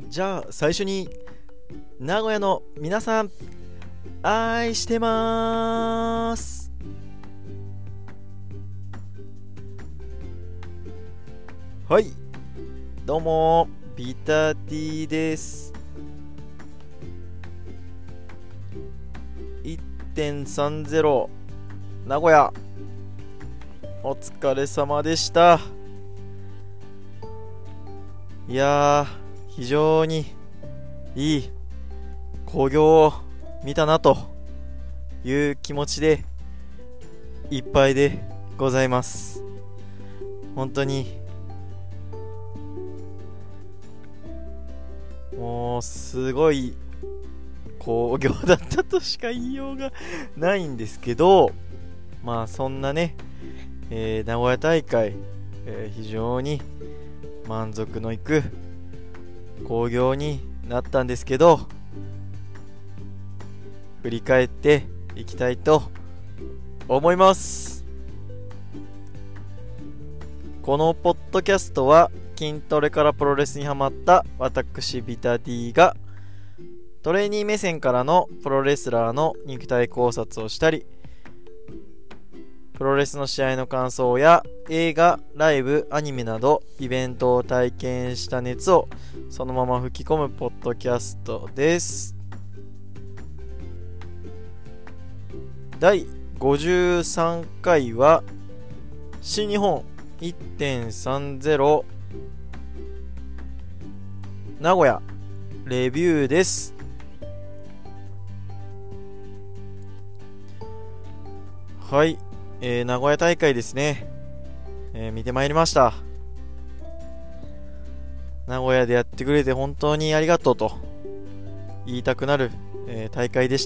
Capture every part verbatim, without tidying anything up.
じゃあ最初に名古屋の皆さん愛してまーす。はい、どうもビタティです。 いってんさんぜろ 名古屋お疲れ様でした。いやー非常にいい興行を見たなという気持ちでいっぱいでございます。本当にもうすごい興行だったとしか言いようがないんですけど、まあそんなね、えー、名古屋大会、えー、非常に満足のいく興行になったんですけど、振り返っていきたいと思います。このポッドキャストは筋トレからプロレスにハマった私ビタディがトレーニー目線からのプロレスラーの肉体考察をしたり、プロレスの試合の感想や映画、ライブ、アニメなどイベントを体験した熱をそのまま吹き込むポッドキャストです。だいごじゅうさんかいは新日本 いってんさんぜろ 名古屋レビューです。はい、えー、名古屋大会ですね、えー、見てまいりました。名古屋でやってくれて本当にありがとうと言いたくなる、えー、大会でした。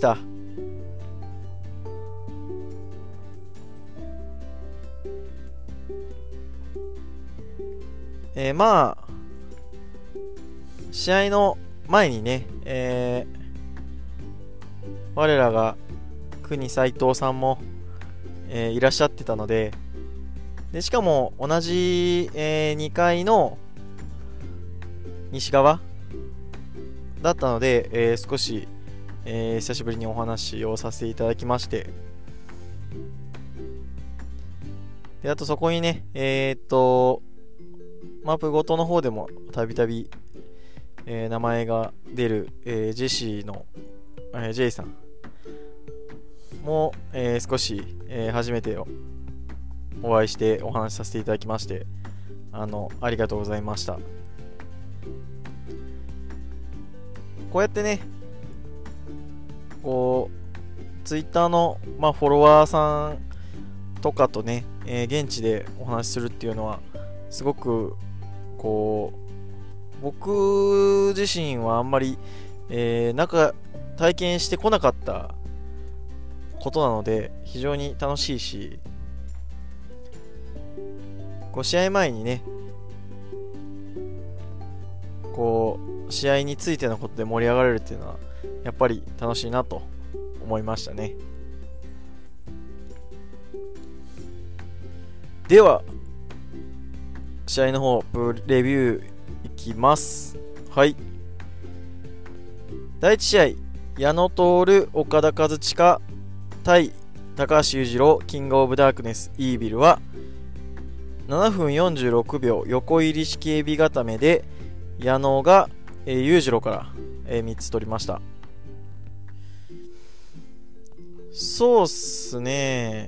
えー、まあ試合の前にね、えー、我らが国斉藤さんもえー、いらっしゃってたので、でしかも同じ、えー、にかいの西側だったので、えー、少し、えー、久しぶりにお話をさせていただきまして、であとそこにね、えー、っとマップごとの方でもたびたび名前が出る、えー、ジェシーの、えー、J さんも、えー、少し、えー、初めてお会いしてお話しさせていただきまして、あのありがとうございました。こうやってね、こうツイッターの、まあ、フォロワーさんとかとね、えー、現地でお話しするっていうのはすごくこう僕自身はあんまり、えー、なんか体験してこなかったことなので非常に楽しいし、こう試合前にねこう試合についてのことで盛り上がれるっていうのはやっぱり楽しいなと思いましたね。では試合の方レビューいきます。はい、だいいち試合矢野徹岡田和親対高橋裕次郎キングオブダークネスイービルはななふんよんじゅうろくびょう横入り式エビ固めで矢野が、えー、裕次郎から、えー、みっつ取りました。そうっすね、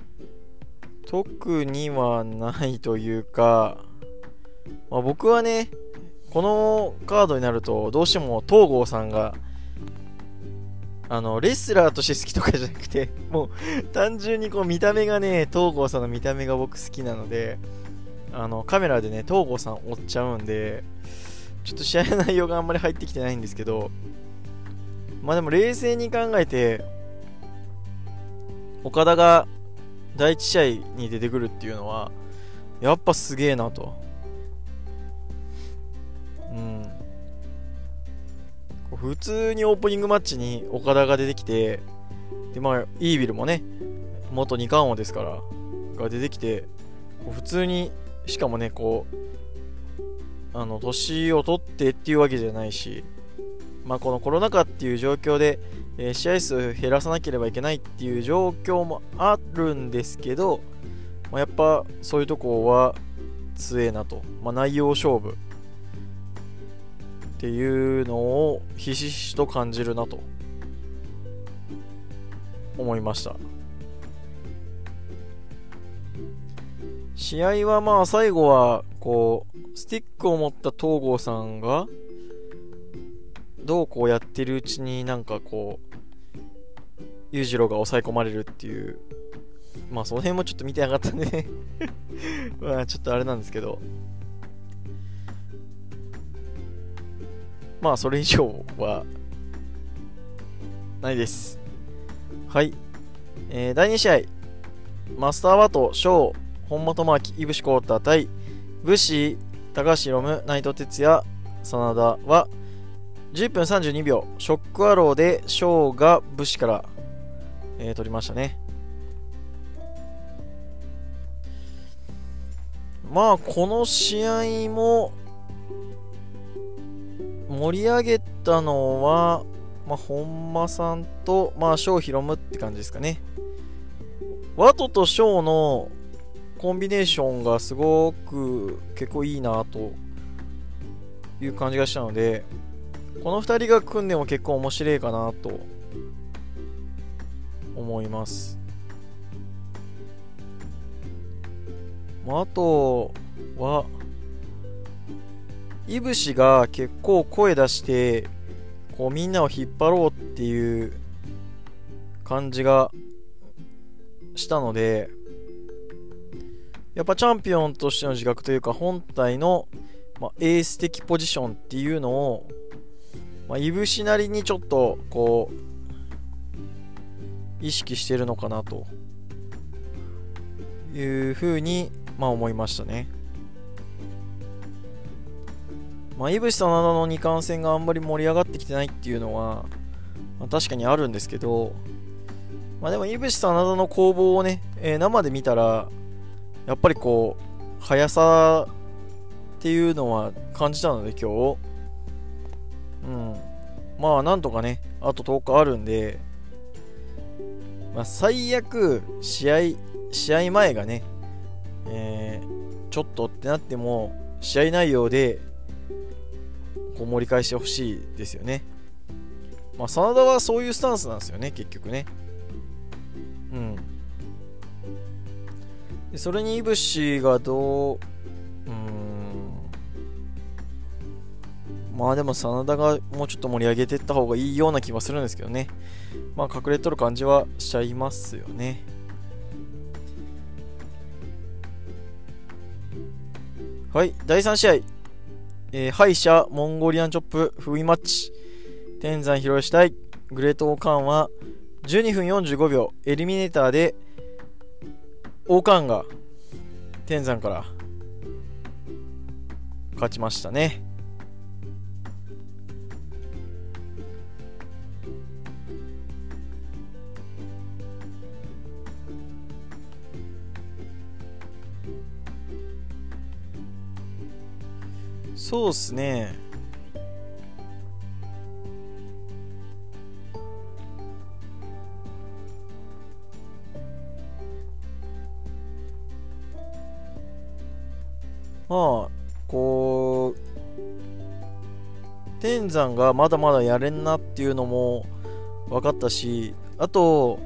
特にはないというか、まあ、僕はねこのカードになるとどうしても東郷さんがあのレスラーとして好きとかじゃなくて、もう単純にこう見た目がね、東郷さんの見た目が僕好きなので、あのカメラでね東郷さん追っちゃうんで、ちょっと試合の内容があんまり入ってきてないんですけど、まあでも冷静に考えて岡田がだいいち試合に出てくるっていうのはやっぱすげえなと。うん普通にオープニングマッチに岡田が出てきて、でまあイービルもね元二冠王ですからが出てきて、普通にしかもねこうあの年を取ってっていうわけじゃないし、まあ、このコロナ禍っていう状況で、えー、試合数減らさなければいけないっていう状況もあるんですけど、まあ、やっぱそういうとこは強えなと、まあ、内容勝負っていうのをひしひしと感じるなと思いました。試合はまあ最後はこうスティックを持った東郷さんがどうこうやってるうちになんかこう裕次郎が抑え込まれるっていう、まあその辺もちょっと見てなかったんでねまあちょっとあれなんですけど、まあそれ以上はないです。はい、えー、だいに試合マスターワト翔本間智明井伏浩太対武士高橋宏夢内藤哲也真田はじゅっぷんさんじゅうにびょうショックアローで翔が武士から、えー、取りましたね。まあこの試合も盛り上げたのは、まあ、本間さんと、まあ、翔宏夢って感じですかね。ワトと翔のコンビネーションがすごく結構いいなという感じがしたので、このふたりが組んでも結構面白いかなと思います。あとはいぶしが結構声出してこうみんなを引っ張ろうっていう感じがしたので、やっぱチャンピオンとしての自覚というか本体の、まあ、エース的ポジションっていうのを、まあ、いぶしなりにちょっとこう意識してるのかなというふうに、まあ、思いましたね。まあ、いぶし真田の二冠戦があんまり盛り上がってきてないっていうのは、まあ、確かにあるんですけど、まあ、でもいぶし真田の攻防をね、えー、生で見たらやっぱりこう速さっていうのは感じたので今日、うん、まあなんとかねあととおかあるんで、まあ、最悪試合試合前がね、えー、ちょっとってなっても試合内容でこう盛り返してほしいですよね。まあ真田はそういうスタンスなんですよね結局ね。うん。でそれにいぶしがどう、うーん、まあでも真田がもうちょっと盛り上げていった方がいいような気はするんですけどね。まあ隠れとる感じはしちゃいますよね。はい、だいさん試合、えー、敗者モンゴリアンチョップ封印マッチ、天山広義対グレートオーカンはじゅうにふんよんじゅうごびょうエリミネーターでオーカンが天山から勝ちましたね。そうっすね。まあこう天山がまだまだやれんなっていうのも分かったし、あと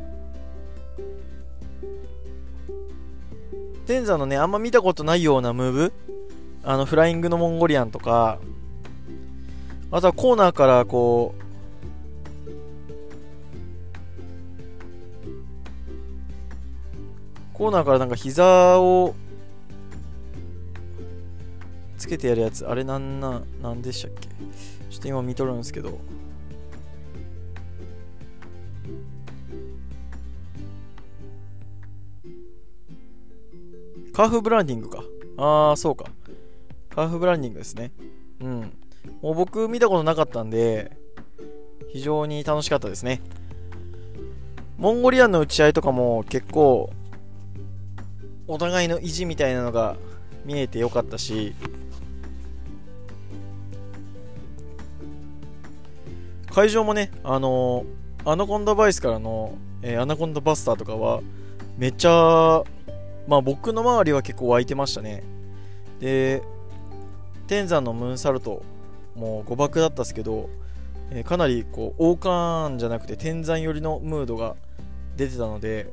天山のねあんま見たことないようなムーブ、あのフライングのモンゴリアンとか、あとはコーナーからこうコーナーからなんか膝をつけてやるやつ、あれなんな、なんでしたっけ、ちょっと今見とるんですけど、カーフブランディングか、ああそうか、カーフブランディングですね。うん、もう僕見たことなかったんで非常に楽しかったですね。モンゴリアンの打ち合いとかも結構お互いの意地みたいなのが見えてよかったし、 会場もね、あのー、アナコンダバイスからの、えー、アナコンダバスターとかはめっちゃ、まあ僕の周りは結構湧いてましたね。で、天山のムーンサルトも誤爆だったっすけど、えーかなりこう王冠じゃなくて天山寄りのムードが出てたので、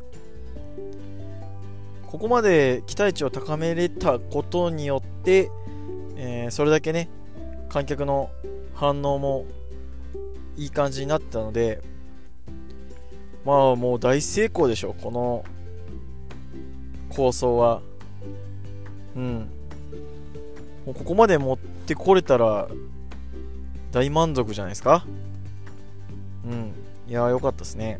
ここまで期待値を高めれたことによって、えーそれだけね観客の反応もいい感じになってたので、まあもう大成功でしょこの構想は。うん、もうここまで持ってこれたら大満足じゃないですか。うん、いやーよかったですね。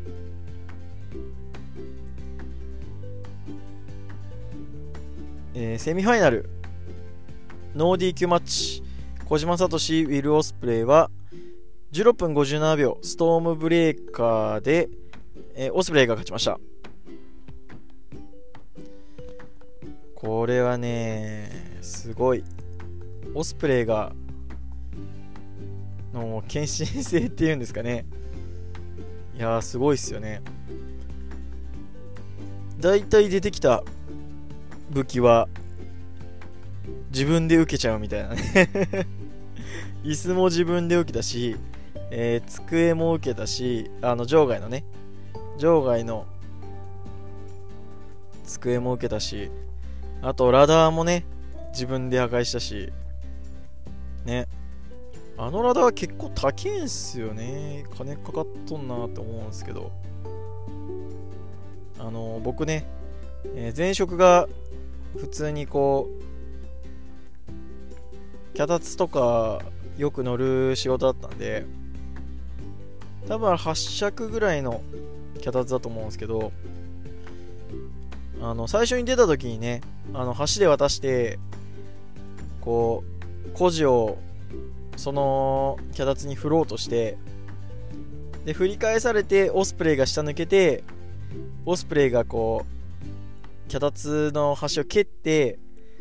えーセミファイナルノー ディーキュー マッチ、小島聡ウィル・オスプレイはじゅうろっぷんごじゅうななびょうストームブレーカーで、えーオスプレイが勝ちました。これはねすごい、オスプレイがの献身性っていうんですかね。いやーすごいっすよね。だいたい出てきた武器は自分で受けちゃうみたいなね椅子も自分で受けたし、えー、机も受けたし、あの場外のね場外の机も受けたし、あとラダーもね自分で破壊したしね。あのラダーは結構高いんすよね。金かかっとんなって思うんですけど、あの僕ね、えー前職が普通にこう脚立とかよく乗る仕事だったんで、多分はっ尺ぐらいの脚立だと思うんですけど、あの最初に出た時にね、あの橋で渡してこう孤児をその脚立に振ろうとして、で振り返されてオスプレイが下抜けて、オスプレイがこう脚立の端を蹴って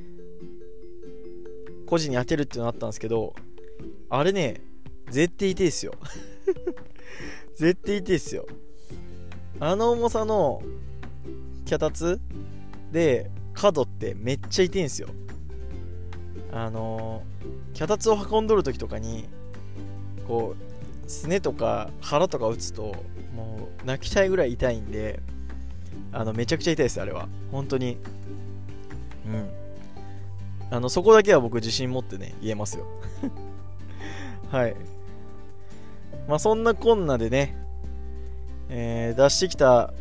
孤児に当てるっていうのがあったんですけど、あれね絶対痛いっすよ絶対痛いっすよ。あの重さの脚立で角ってめっちゃ痛いんすよ。あのー、脚立を運んどる時とかにこうすねとか腹とか打つともう泣きたいぐらい痛いんで、あのめちゃくちゃ痛いですあれは本当に。うん、あのそこだけは僕自信持ってね言えますよはい。まあそんなこんなでね、えー出してきた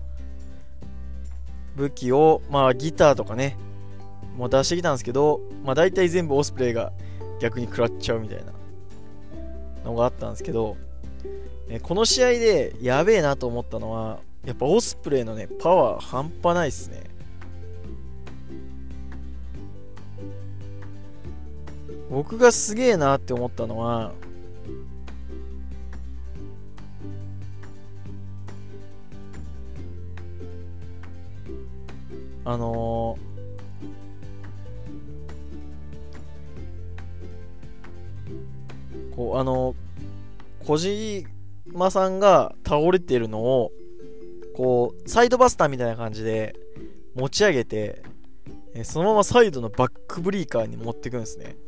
武器を、まあギターとかねもう出してきたんですけど、まあ大体全部オスプレイが逆に食らっちゃうみたいなのがあったんですけど、えーこの試合でやべえなと思ったのはやっぱオスプレイのねパワー半端ないっすね。僕がすげえなって思ったのは、あのー、こうあの小島さんが倒れてるのをこうサイドバスターみたいな感じで持ち上げて、えそのままサイドのバックブリーカーに持っていくんですね。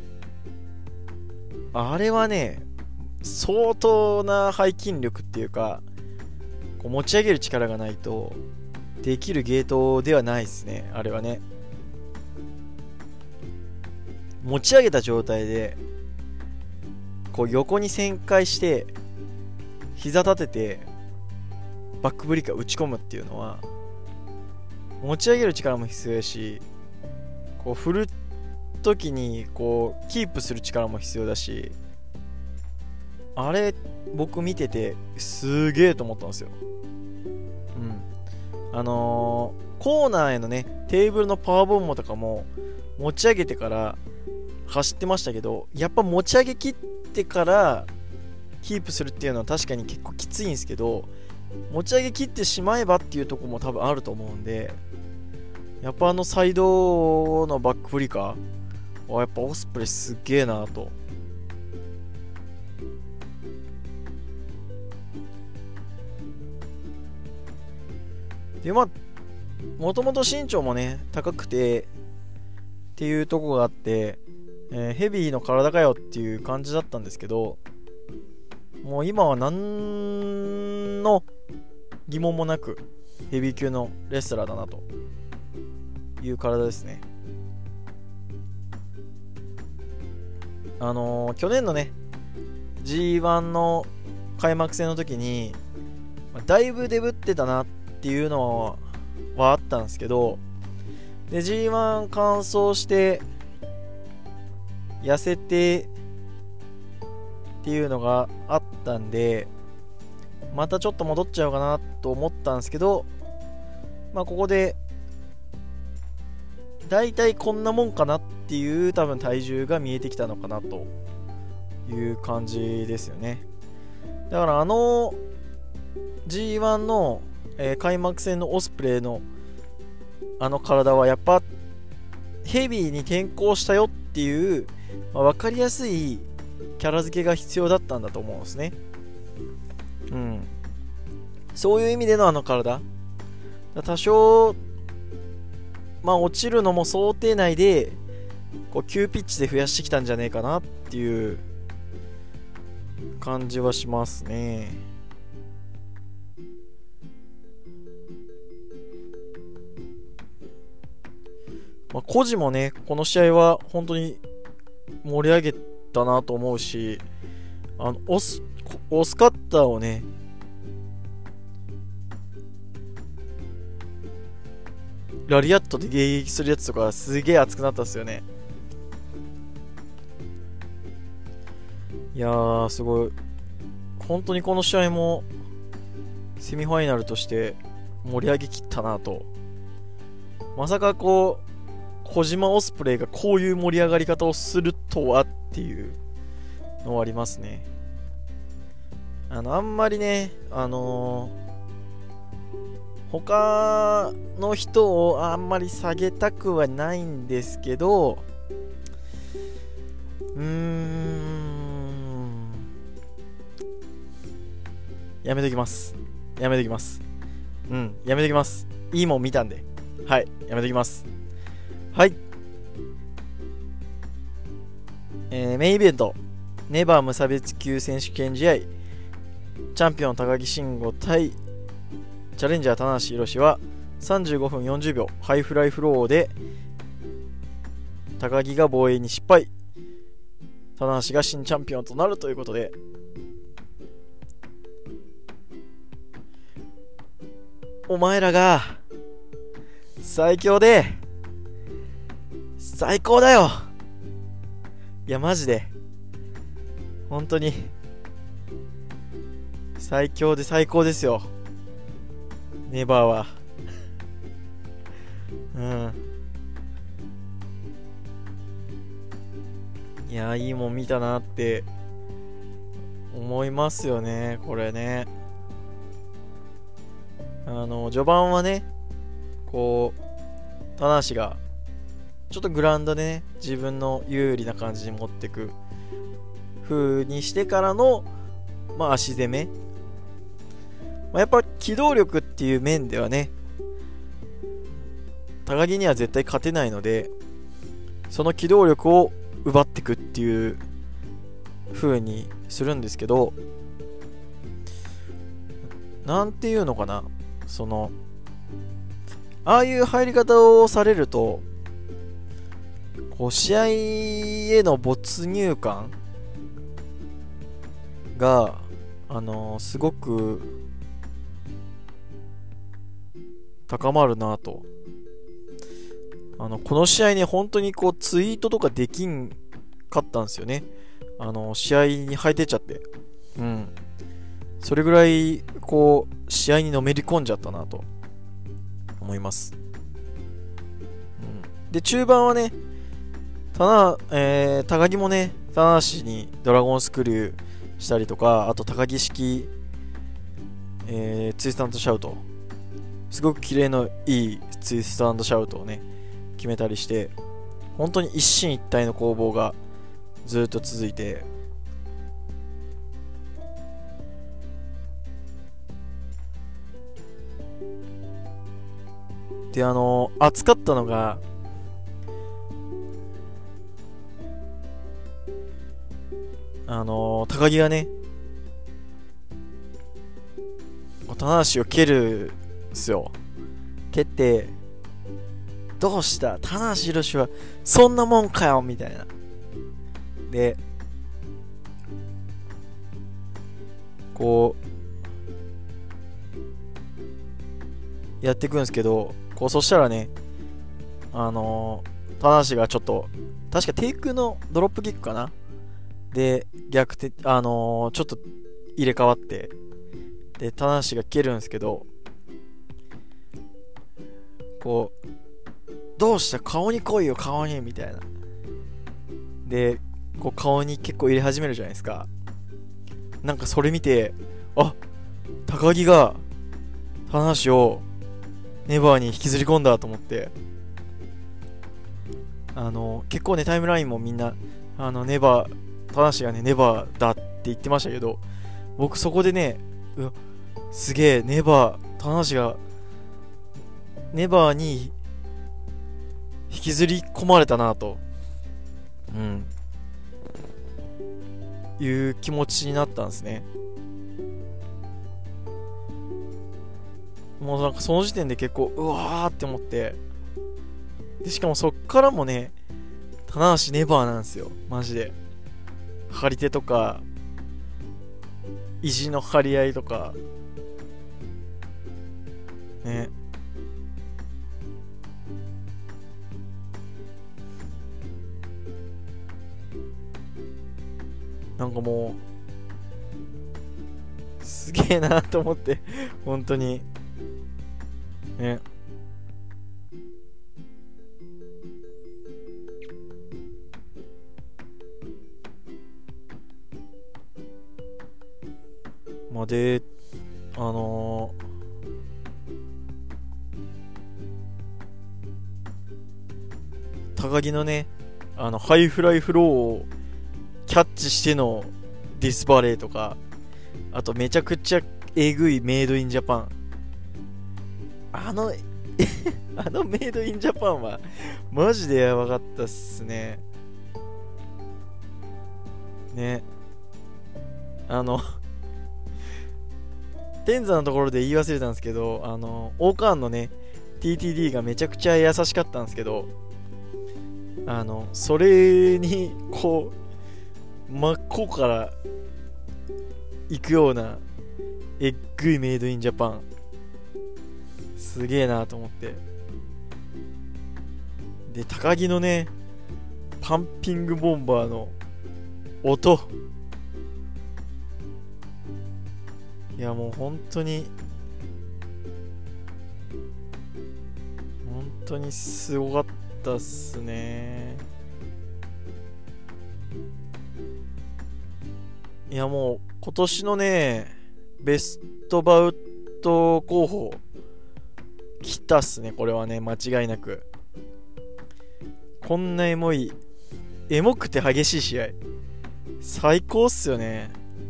あれはね相当な背筋力っていうか、こう持ち上げる力がないとできるゲートではないですね。あれはね持ち上げた状態でこう横に旋回して膝立ててバックブリーカー打ち込むっていうのは持ち上げる力も必要やし、こう振る時にこうキープする力も必要だし、あれ僕見ててすげえと思ったんですよ。うん、あのー、コーナーへのねテーブルのパワーボムとかも持ち上げてから走ってましたけど、やっぱ持ち上げ切ってからキープするっていうのは確かに結構きついんですけど、持ち上げ切ってしまえばっていうところも多分あると思うんで、やっぱあのサイドのバックフリカーはやっぱオスプレイすげえなとで、まあ、もともと身長もね、高くて、っていうとこがあって、えーヘビーの体かよっていう感じだったんですけど、もう今は何の疑問もなく、ヘビー級のレスラーだなという体ですね。あのー去年のね、ジーワン の開幕戦の時に、だいぶデブってたなっていうのはあったんですけど、で ジーワン 完走して痩せてっていうのがあったんで、またちょっと戻っちゃうかなと思ったんですけど、まあここでだいたいこんなもんかなっていう多分体重が見えてきたのかなという感じですよね。だからあの ジーワン の、えー開幕戦のオスプレイのあの体はやっぱヘビーに転向したよっていう、まあ、分かりやすいキャラ付けが必要だったんだと思うんですね。うん。そういう意味でのあの体。多少、まあ落ちるのも想定内で、こう急ピッチで増やしてきたんじゃねえかなっていう感じはしますね。まあ、コジもね、この試合は本当に盛り上げたなと思うし、あのオス、オスカッターをね、ラリアットで迎撃するやつとかすげえ熱くなったっすよね。いやー、すごい。本当にこの試合もセミファイナルとして盛り上げきったなと。まさかこう、小島オスプレイがこういう盛り上がり方をするとはっていうのはありますね。あの、あんまりね、あのー、他の人をあんまり下げたくはないんですけど、うーん、やめときます。やめときます。うん、やめときます。いいもん見たんで。はい、やめときます。はい、えー、メインイベントネバー無差別級選手権試合、チャンピオン高木慎吾対チャレンジャー棚橋宏はさんじゅうごふんよんじゅうびょうハイフライフローで高木が防衛に失敗、棚橋が新チャンピオンとなるということで、お前らが最強で最高だよ。いやマジで本当に最強で最高ですよ、ネバーは。うん。いやいいもん見たなって思いますよね、これね。あの序盤はね、こう棚橋がちょっとグラウンドでね、自分の有利な感じに持ってく風にしてからの、まあ、足攻め、まあ、やっぱ機動力っていう面ではね、高木には絶対勝てないので、その機動力を奪ってくっていう風にするんですけど、なんていうのかな、そのああいう入り方をされると、こう試合への没入感が、あのー、すごく高まるなと。あのこの試合ね、本当にこうツイートとかできんかったんですよね。あの試合に入ってっちゃって、うん、それぐらいこう試合にのめり込んじゃったなと思います。うん、で中盤はね、たな、えー、高木もね、棚橋にドラゴンスクリューしたりとか、あと高木式、えー、ツイスト&シャウト、すごくキレのいいツイスト&シャウトをね決めたりして、本当に一進一退の攻防がずっと続いて、 で、あのー、熱かったのが、あのー、高木がね、棚橋を蹴るんすよ。蹴って、どうした棚橋宏はそんなもんかよみたいな。で、こう、やっていくんですけど、こう、そしたらね、あのー、棚橋がちょっと、確かテイクのドロップキックかなで、逆手、あのー、ちょっと入れ替わって、で、棚橋が蹴るんですけど、こう、どうした顔に来いよ、顔にみたいな。で、こう顔に結構入れ始めるじゃないですか。なんかそれ見て、あ、高木が棚橋をネバーに引きずり込んだと思って、あの、結構ね、タイムラインもみんな、あの、ネバー、棚橋がね、ネバーだって言ってましたけど、僕そこでね、うすげえ、ネバー、棚橋が、ネバーに引きずり込まれたなと、うん、いう気持ちになったんですね。もうなんかその時点で結構、うわーって思って、でしかもそっからもね、棚橋ネバーなんですよ、マジで。張り手とか、意地の張り合いとか、ね。なんかもう、すげえなと思って、本当に。ね。まあ、で、あのー、高木のね、あの、ハイフライフローをキャッチしてのディスバレーとか、あとめちゃくちゃえぐいメイドインジャパン。あの、あのメイドインジャパンは、マジでやばかったっすね。ね。あの、天山のところで言い忘れたんですけど、あの、オーカーンのね、ティーティーディー がめちゃくちゃ優しかったんですけど、あの、それに、こう、真っ向から行くような、えっぐいメイドインジャパン。すげえなと思って。で、高木のね、パンピングボンバーの音。いやもう本当に本当にすごかったっすね。いやもう今年のねベストバウト候補来たっすね。これはね間違いなく。こんなエモいエモくて激しい試合最高っすよね。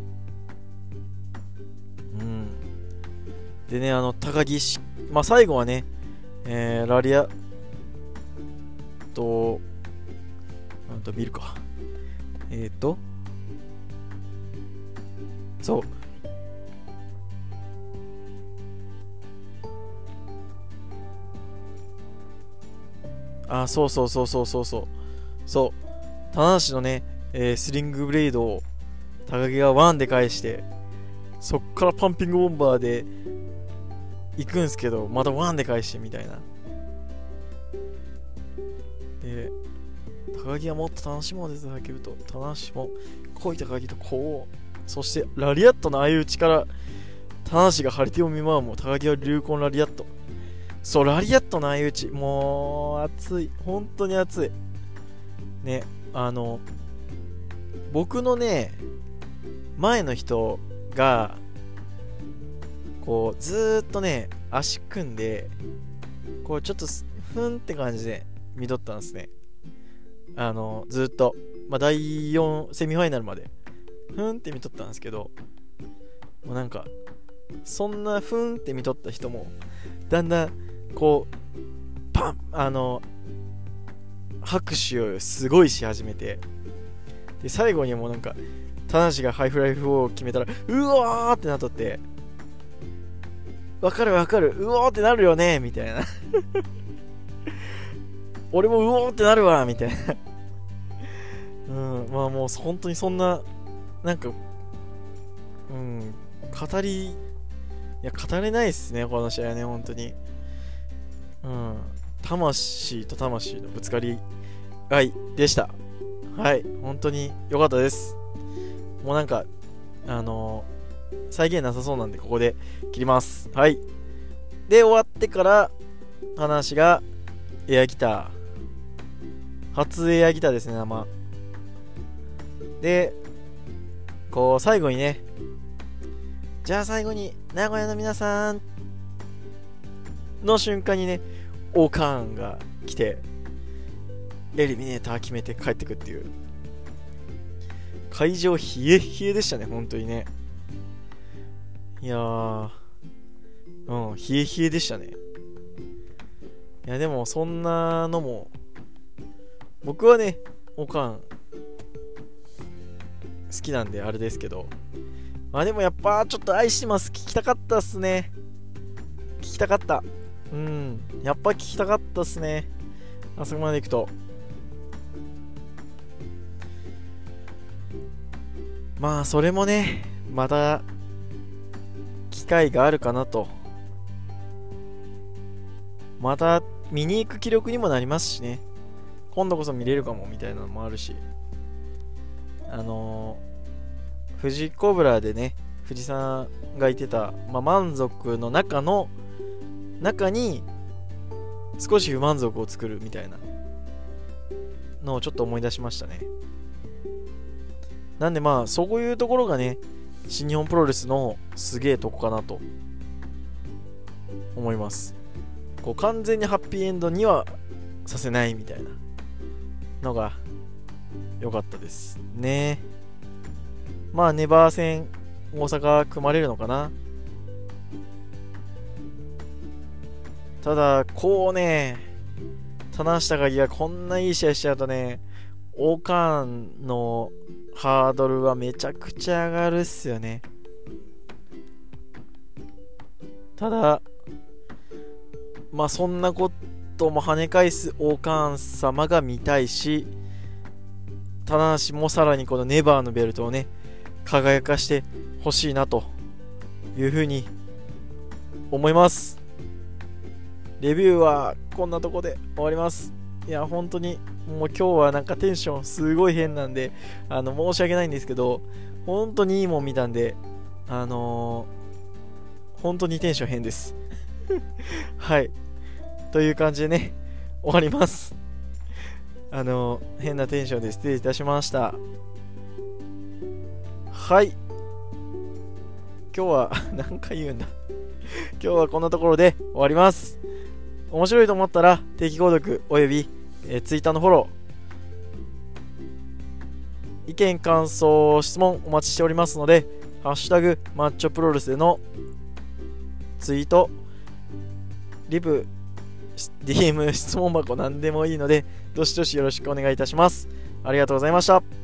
でね、あの高木し、まあ、最後はね、えー、ラリアと、なんとビルか。えっ、ー、と、そう。あ、そうそうそうそうそうそう。そう。棚橋のね、えー、スリングブレイドを高木がワンで返して、そっからパンピングボンバーで、行くんすけどまたワンで返してみたいな。で高木はもっと楽しもうです叫ぶと棚橋も来い高木とこう、そしてラリアットの相打ちから棚橋が張り手を見舞うも高木は流行ラリアット。そうラリアットの相打ちもう熱い、本当に熱いね。あの僕のね前の人がこうずーっとね足組んでこうちょっとふんって感じで見とったんですね。あのずーっと、まあ、だいよんセミファイナルまでふんって見とったんですけど、もうなんかそんなふんって見とった人もだんだんこうパンあの拍手をすごいし始めて、で最後にもうなんか田無がハイフライフを決めたらうわーってなっとって、わかるわかる、うおーってなるよねみたいな俺もうおーってなるわみたいなうん、まあもう本当にそんななんかうん語りいや語れないっすねこの試合ね、本当に。うん魂と魂のぶつかり合いでした。はい、本当に良かったです。もうなんかあのー、再現なさそうなんでここで切ります。はい。で終わってから話がエアギター、初エアギターですね、生で、こう最後にね、じゃあ最後に名古屋の皆さんの瞬間にね、オーカーンが来てエリミネーター決めて帰ってくっていう、会場冷え冷えでしたね本当にね。いやー、うん冷え冷えでしたね。いやでもそんなのも僕はねオーカーン好きなんであれですけど、まあでもやっぱちょっと愛してます聞きたかったっすね。聞きたかった。うんやっぱ聞きたかったっすね、あそこまで行くと。まあそれもねまた機会があるかなと、また見に行く記録にもなりますしね、今度こそ見れるかもみたいなのもあるし、あのー、富士コブラでね富士さんが言ってた、まあ、満足の中の中に少し不満足を作るみたいなのをちょっと思い出しましたね。なんでまあそういうところがね新日本プロレスのすげえとこかなと思います。こう完全にハッピーエンドにはさせないみたいなのが良かったですね。まあネバー戦大阪組まれるのかな。ただこうね棚橋高木がこんないい試合しちゃうとね、オーカーンのハードルはめちゃくちゃ上がるっすよね。ただまあそんなことも跳ね返すオーカーン様が見たいし、棚橋もさらにこのネバーのベルトをね輝かしてほしいなというふうに思います。レビューはこんなとこで終わります。いや本当にもう今日はなんかテンションすごい変なんで、あの申し訳ないんですけど、本当にいいもん見たんで、あのー、本当にテンション変ですはいという感じでね終わります。あのー、変なテンションで失礼いたしました。はい今日は何回言うんだ今日はこんなところで終わります。面白いと思ったら定期購読および、えー、ツイッターのフォロー、意見感想質問お待ちしておりますので、ハッシュタグマッチョプロレスでのツイート、リプ、 ディーエム 質問箱何でもいいのでどしどしよろしくお願いいたします。ありがとうございました。